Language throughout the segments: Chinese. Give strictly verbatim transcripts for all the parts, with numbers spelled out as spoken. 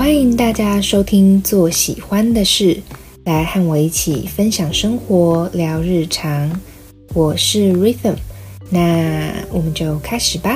欢迎大家收听做喜欢的事，来和我一起分享生活，聊日常。我是 Rhythm， 那我们就开始吧。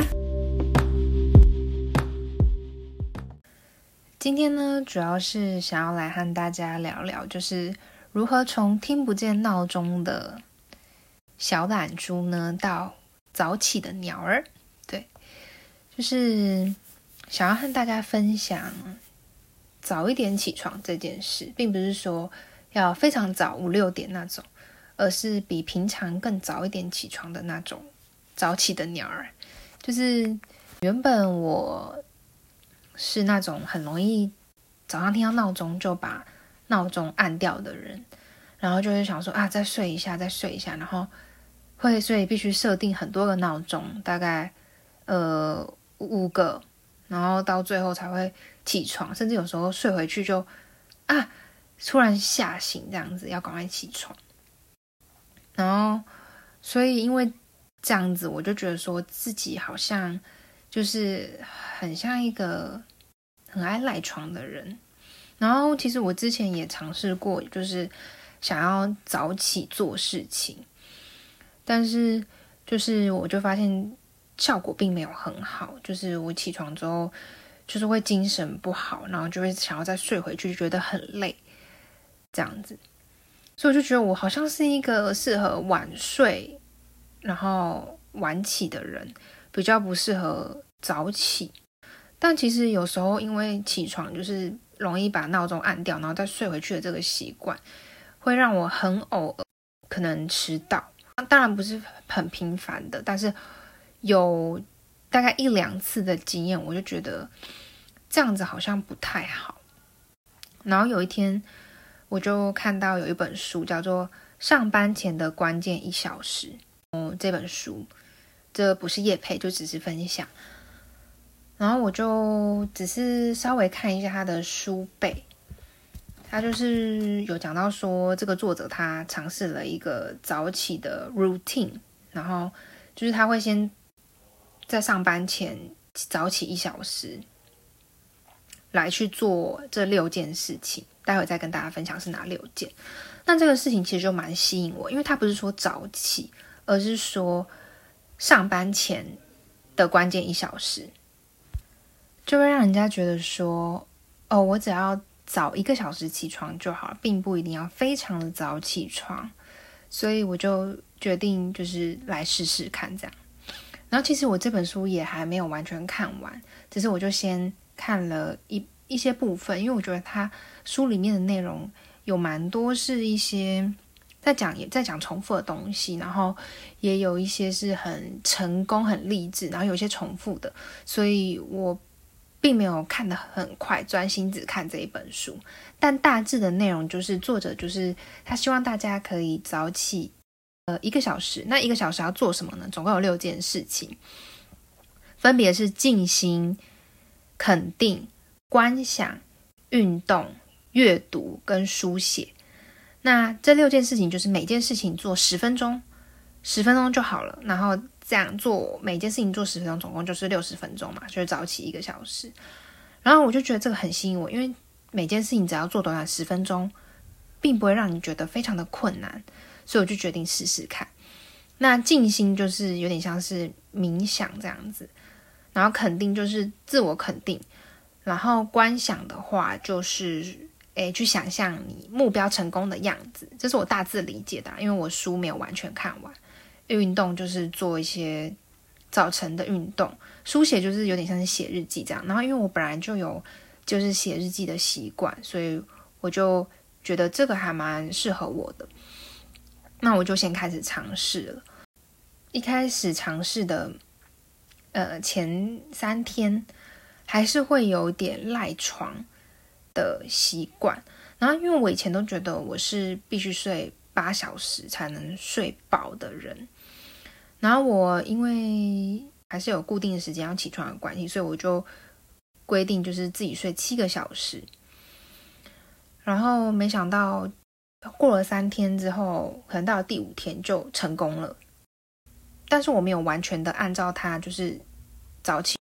今天呢，主要是想要来和大家聊聊，就是如何从听不见闹钟的小懒猪呢，到早起的鸟儿。对，就是想要和大家分享早一点起床这件事，并不是说要非常早五六点那种，而是比平常更早一点起床的那种早起的鸟儿。就是原本我是那种很容易早上听到闹钟就把闹钟按掉的人，然后就会想说啊，再睡一下再睡一下，然后会所以必须设定很多个闹钟，大概呃五个，然后到最后才会起床，甚至有时候睡回去就啊突然吓醒，这样子要赶快起床。然后所以因为这样子，我就觉得说自己好像就是很像一个很爱赖床的人。然后其实我之前也尝试过，就是想要早起做事情，但是就是我就发现效果并没有很好，就是我起床之后就是会精神不好，然后就会想要再睡回去，就觉得很累这样子。所以我就觉得我好像是一个适合晚睡然后晚起的人，比较不适合早起。但其实有时候因为起床就是容易把闹钟按掉，然后再睡回去的这个习惯，会让我很偶尔可能迟到。当然不是很频繁的，但是有大概一两次的经验，我就觉得这样子好像不太好。然后有一天我就看到有一本书叫做《上班前的关键一小时》，嗯，这本书这不是业配，就只是分享。然后我就只是稍微看一下他的书背，他就是有讲到说这个作者他尝试了一个早起的 routine， 然后就是他会先在上班前早起一小时来去做这六件事情，待会再跟大家分享是哪六件。那这个事情其实就蛮吸引我，因为他不是说早起，而是说上班前的关键一小时，就会让人家觉得说哦，我只要早一个小时起床就好，并不一定要非常的早起床。所以我就决定就是来试试看这样。然后其实我这本书也还没有完全看完，只是我就先看了一一些部分，因为我觉得它书里面的内容有蛮多是一些在讲也在讲重复的东西，然后也有一些是很成功很励志，然后有一些重复的，所以我并没有看得很快，专心只看这一本书。但大致的内容就是作者就是他希望大家可以早起呃一个小时，那一个小时要做什么呢？总共有六件事情，分别是静心、肯定、观想、运动、阅读跟书写。那这六件事情就是每件事情做十分钟，十分钟就好了。然后这样做每件事情做十分钟，总共就是六十分钟嘛，就是早起一个小时。然后我就觉得这个很吸引我，因为每件事情只要做短短十分钟，并不会让你觉得非常的困难，所以我就决定试试看。那静心就是有点像是冥想这样子，然后肯定就是自我肯定，然后观想的话就是诶去想象你目标成功的样子，这是我大致理解的，因为我书没有完全看完。运动就是做一些早晨的运动，书写就是有点像是写日记这样。然后因为我本来就有就是写日记的习惯，所以我就觉得这个还蛮适合我的。那我就先开始尝试了。一开始尝试的呃前三天还是会有点赖床的习惯，然后因为我以前都觉得我是必须睡八小时才能睡饱的人，然后我因为还是有固定的时间要起床的关系，所以我就规定就是自己睡七个小时。然后没想到过了三天之后，可能到了第五天就成功了，但是我没有完全的按照它就是早起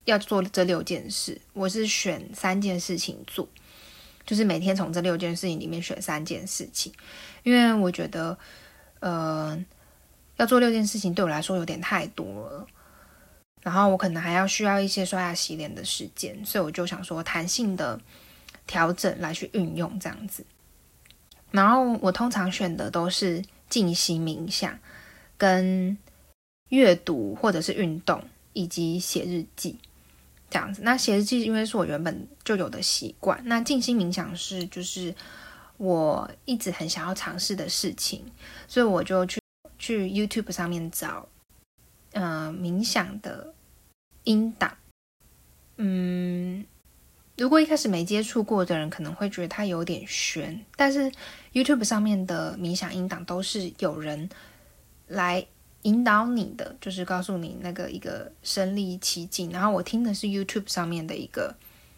要做这六件事，我是选三件事情做，就是每天从这六件事情里面选三件事情，因为我觉得呃，要做六件事情对我来说有点太多了，然后我可能还要需要一些刷牙洗脸的时间，所以我就想说弹性的调整来去运用这样子。然后我通常选的都是静心冥想跟阅读或者是运动以及写日记这样子。那写日记因为是我原本就有的习惯，那静心冥想是就是我一直很想要尝试的事情，所以我就去去 YouTube 上面找呃冥想的音档。嗯，如果一开始没接触过的人可能会觉得它有点悬，但是 YouTube 上面的冥想音档都是有人来引导你的，就是告诉你那个一个身临其境。然后我听的是 YouTube 上面的一个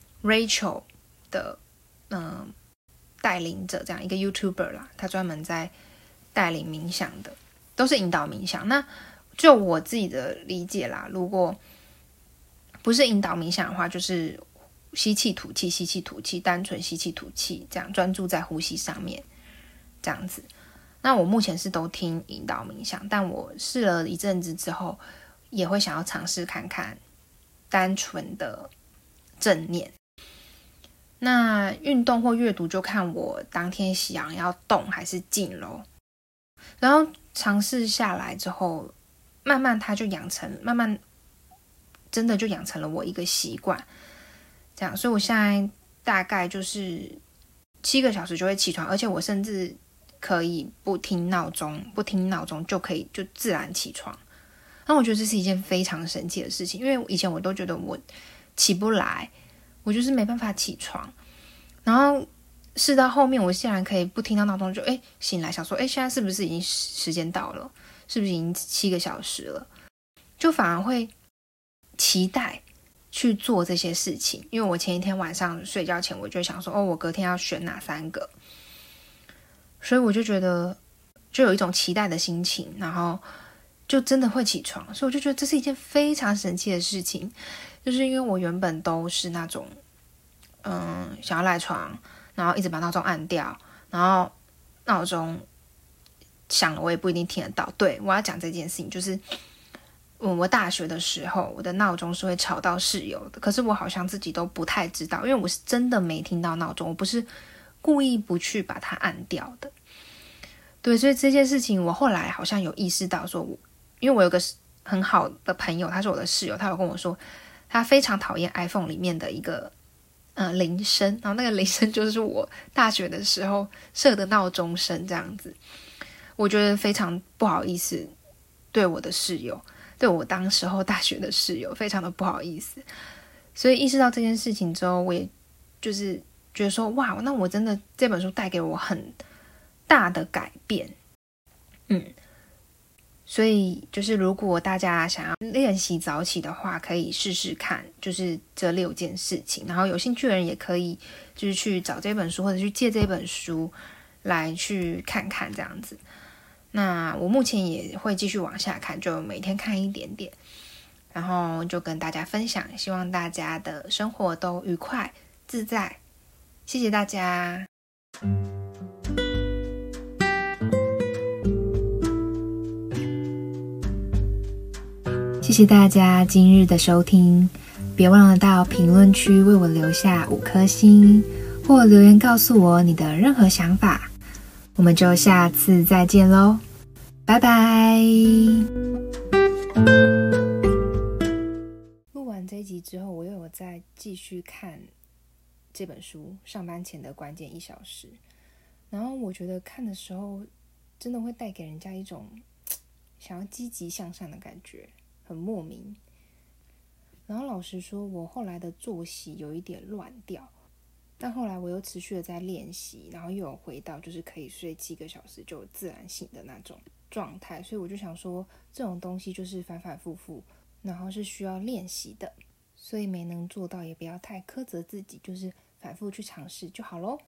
Rachel 的嗯、呃、带领者，这样一个 YouTuber 啦，他专门在带领冥想的，都是引导冥想。那就我自己的理解啦，如果不是引导冥想的话，就是吸气吐气吸气吐气，单纯吸气吐气，这样专注在呼吸上面这样子。那我目前是都听引导冥想，但我试了一阵子之后也会想要尝试看看单纯的正念。那运动或阅读就看我当天想要动还是静咯。然后尝试下来之后，慢慢它就养成，慢慢真的就养成了我一个习惯这样。所以我现在大概就是七个小时就会起床，而且我甚至可以不听闹钟不听闹钟就可以就自然起床。那我觉得这是一件非常神奇的事情，因为以前我都觉得我起不来，我就是没办法起床，然后试到后面我竟然可以不听到闹钟就诶醒来，想说诶现在是不是已经时间到了，是不是已经七个小时了，就反而会期待去做这些事情。因为我前一天晚上睡觉前我就想说哦我隔天要选哪三个，所以我就觉得就有一种期待的心情，然后就真的会起床。所以我就觉得这是一件非常神奇的事情，就是因为我原本都是那种嗯想要赖床，然后一直把闹钟按掉，然后闹钟响了我也不一定听得到。对，我要讲这件事情，就是我大学的时候我的闹钟是会吵到室友的，可是我好像自己都不太知道，因为我是真的没听到闹钟，我不是故意不去把它按掉的。对，所以这件事情我后来好像有意识到说，因为我有个很好的朋友，他是我的室友，他有跟我说他非常讨厌 iPhone 里面的一个呃铃声，然后那个铃声就是我大学的时候设的闹钟声这样子。我觉得非常不好意思，对我的室友，对我当时候大学的室友非常的不好意思。所以意识到这件事情之后，我也就是觉得说哇，那我真的这本书带给我很大的改变。嗯，所以就是如果大家想要练习早起的话，可以试试看就是这六件事情，然后有兴趣的人也可以就是去找这本书或者去借这本书来去看看这样子。那我目前也会继续往下看，就每天看一点点，然后就跟大家分享，希望大家的生活都愉快自在。谢谢大家。谢谢大家今日的收听，别忘了到评论区为我留下五颗星，或留言告诉我你的任何想法。我们就下次再见咯，拜拜。录完这一集之后，我又有再继续看这本书《上班前的关键一小时》，然后我觉得看的时候真的会带给人家一种想要积极向上的感觉，很莫名。然后老实说，我后来的作息有一点乱掉，但后来我又持续的在练习，然后又有回到就是可以睡七个小时就自然醒的那种状态。所以我就想说，这种东西就是反反复复，然后是需要练习的，所以没能做到也不要太苛责自己，就是反复去尝试就好咯。